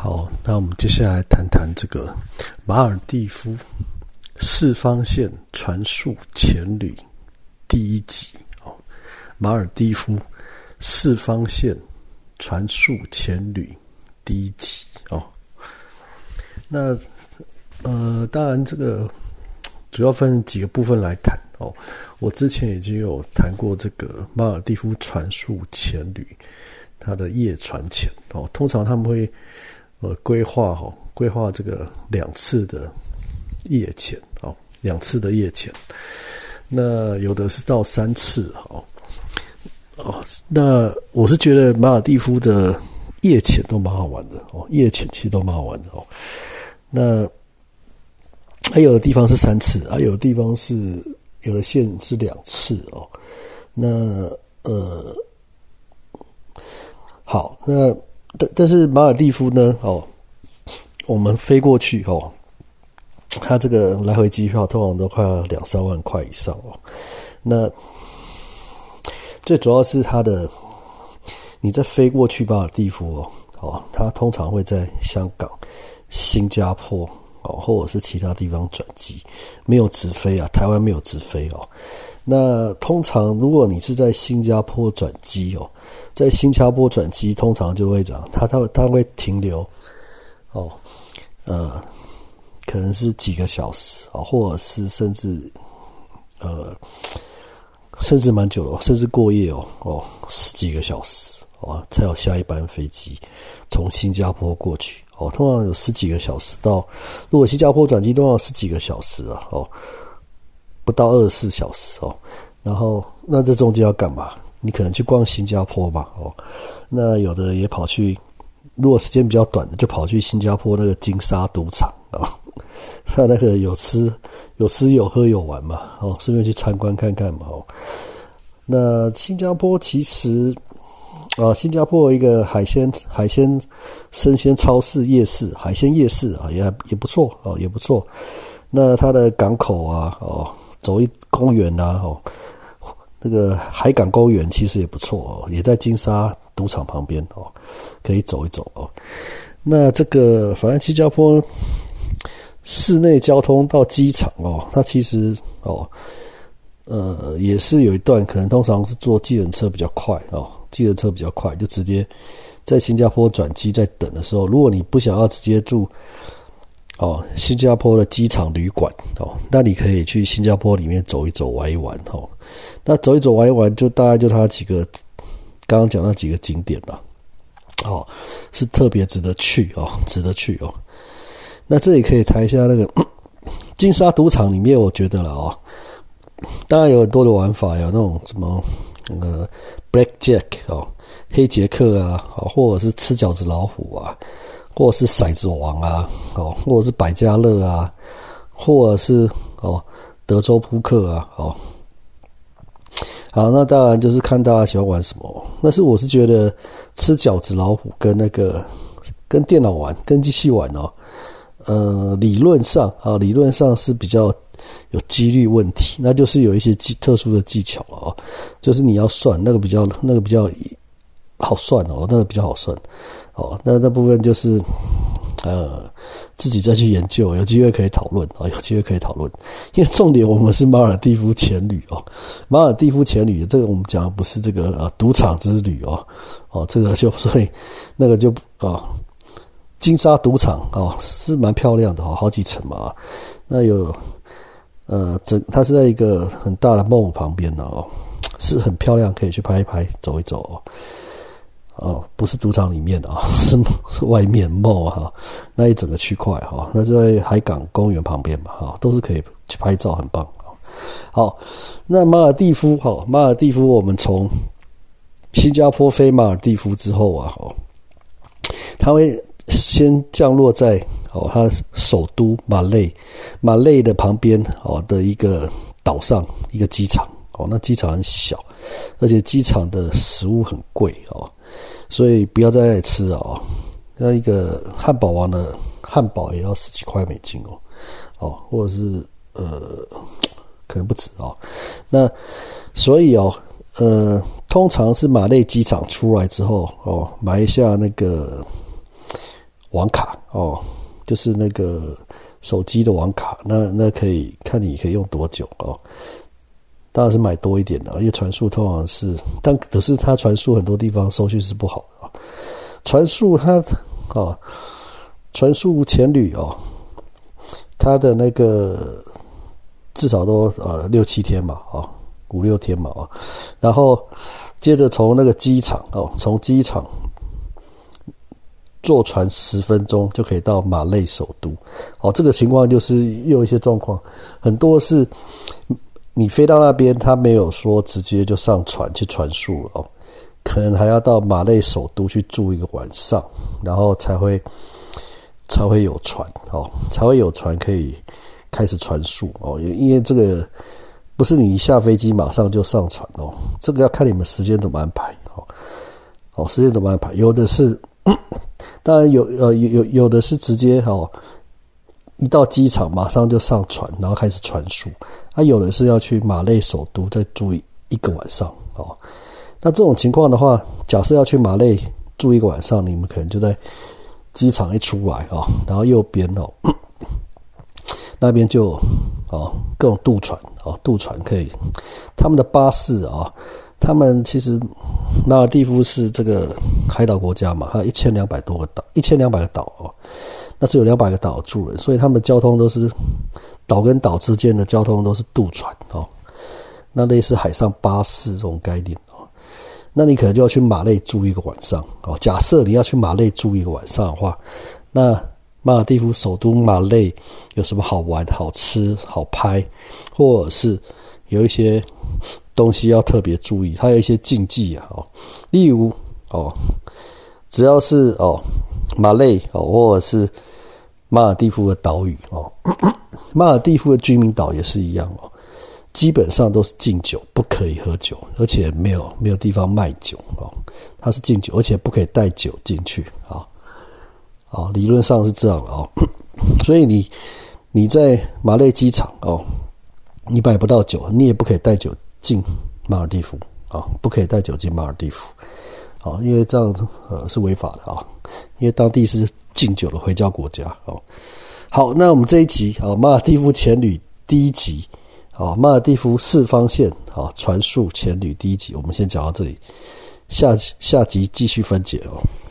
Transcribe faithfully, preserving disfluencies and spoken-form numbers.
好，那我们接下来谈谈这个马尔地夫四方线传速潜旅第一集哦。马尔地夫四方线传速潜旅第一集哦。那呃，当然这个主要分几个部分来谈哦。我之前已经有谈过这个马尔地夫传速潜旅，它的夜传潜哦，通常他们会呃规划哦，规划这个两次的夜潜哦，两次的夜潜，那有的是到三次哦。哦，那我是觉得马尔地夫的夜潜都蛮好玩的哦，夜潜其实都蛮好玩的哦。那还有的地方是三次，还有的地方是有的线是两次哦。那呃，好，那但但是马尔地夫呢？哦，我们飞过去哦，它这个来回机票通常都快要两三万块以上哦。那最主要是它的，你在飞过去马尔地夫哦，哦，它通常会在香港、新加坡哦，或者是其他地方转机，没有直飞啊，台湾没有直飞哦。那通常如果你是在新加坡转机哦，在新加坡转机通常就会讲，它它它会停留哦，呃，可能是几个小时啊、哦，或者是甚至呃，甚至蛮久了，甚至过夜哦哦，十几个小时哦，才有下一班飞机从新加坡过去哦，通常有十几个小时到，如果新加坡转机通常有十几个小时啊哦。不到二十四小时哦，然后那这中间要干嘛？你可能去逛新加坡吧哦，那有的也跑去，如果时间比较短的，就跑去新加坡那个金沙赌场哦，他那个有吃有吃有喝有玩嘛哦，顺便去参观看看嘛哦。那新加坡其实啊，新加坡有一个海鲜海鲜生鲜超市夜市，海鲜夜市啊，也也不错哦，也不错。那它的港口啊哦。走一公园啊，哦，那个海港公园其实也不错哦，也在金沙赌场旁边哦，可以走一走哦。那这个反正新加坡市内交通到机场哦，它其实哦，呃，也是有一段可能通常是坐计程车比较快哦，计程车比较快，就直接在新加坡转机，在等的时候，如果你不想要直接住。哦，新加坡的机场旅馆哦，那你可以去新加坡里面走一走、玩一玩哦。那走一走、玩一玩，就大概就它几个刚刚讲那几个景点啦，哦，是特别值得去哦，值得去哦。那这里可以谈一下那个金沙赌场里面，我觉得了哦，当然有很多的玩法，有那种什么呃 Blackjack 哦，黑杰克啊，哦，或者是吃饺子老虎啊。或者是骰子王啊，哦，或者是百家乐啊，或者是哦德州扑克啊，哦，好，那当然就是看大家喜欢玩什么。但是我是觉得吃饺子老虎跟那个跟电脑玩、跟机器玩哦，呃，理论上啊，理论上是比较有几率问题，那就是有一些技特殊的技巧了哦，就是你要算那个比较那个比较好算哦，那个比较好算。哦，那那部分就是呃自己再去研究，有机会可以讨论哦，有机会可以讨论。因为重点我们是马尔地夫潜旅哦，马尔地夫潜旅这个我们讲的不是这个呃赌场之旅哦，哦这个就所以那个就啊、哦、金沙赌场哦是蛮漂亮的哦，好几层嘛，那有呃整它是在一个很大的 mall 旁边的哦，是很漂亮，可以去拍一拍，走一走哦。哦，不是赌场里面啊、哦，是是外面 mall 哈、哦，那一整个区块哈、哦，那就在海港公园旁边嘛哈、哦，都是可以去拍照，很棒。好，那马尔地夫哈、哦，马尔地夫我们从新加坡飞马尔地夫之后啊，哦，它会先降落在哦，它首都马累，马累的旁边哦的一个岛上一个机场哦，那机场很小，而且机场的食物很贵哦。所以不要在那里吃哦，那一个汉堡王的汉堡也要十几块美金哦，哦，或者是呃，可能不止哦。那所以哦，呃，通常是马累机场出来之后哦，买一下那个网卡哦，就是那个手机的网卡，那那可以看你可以用多久哦。当然是买多一点的，因为传输通常是，但可是它传输很多地方收讯是不好的啊。传输它哦，传输前旅哦，它的那个至少都呃六七天嘛，哦五六天嘛，哦，然后接着从那个机场哦，从机场坐船十分钟就可以到马累首都。哦，这个情况就是又有一些状况，很多是。你飞到那边，他没有说直接就上船去传输了哦，可能还要到马累首都去住一个晚上，然后才会才会有船哦，才会有船可以开始传输哦。因为这个不是你一下飞机马上就上船哦，这个要看你们时间怎么安排哦。哦，时间怎么安排？有的是，当然有呃有有有的是直接哦。一到机场马上就上船，然后开始传输。啊，有的是要去马累首都再住一个晚上哦。那这种情况的话，假设要去马累住一个晚上，你们可能就在机场一出来哦，然后右边哦，那边就哦各种渡船哦，渡船可以，他们的巴士啊、哦，他们其实马尔地夫是这个海岛国家嘛，它一千两百多个岛，一千两百个岛哦。那是有两百个岛住人，所以他们的交通都是岛跟岛之间的交通都是渡船哦。那类似海上巴士这种概念哦。那你可能就要去马累住一个晚上哦。假设你要去马累住一个晚上的话，那马尔地夫首都马累有什么好玩、好吃、好拍，或者是有一些东西要特别注意，还有一些禁忌啊哦。例如哦，只要是哦马累哦，或者是马尔地夫的岛屿哦，马尔地夫的居民岛也是一样哦，基本上都是禁酒，不可以喝酒，而且没有没有地方卖酒哦，它是禁酒，而且不可以带酒进去啊，哦，理论上是这样哦，所以你你在马累机场哦，你买不到酒，你也不可以带酒进马尔地夫啊、哦，不可以带酒进马尔地夫，哦，因为这样呃是违法的啊、哦，因为当地是禁酒的回教国家哦。好，那我们这一集啊、哦，马尔地夫潜旅第一集啊、哦，马尔地夫四方线啊、哦，传输潜旅第一集，我们先讲到这里，下下集继续分解哦。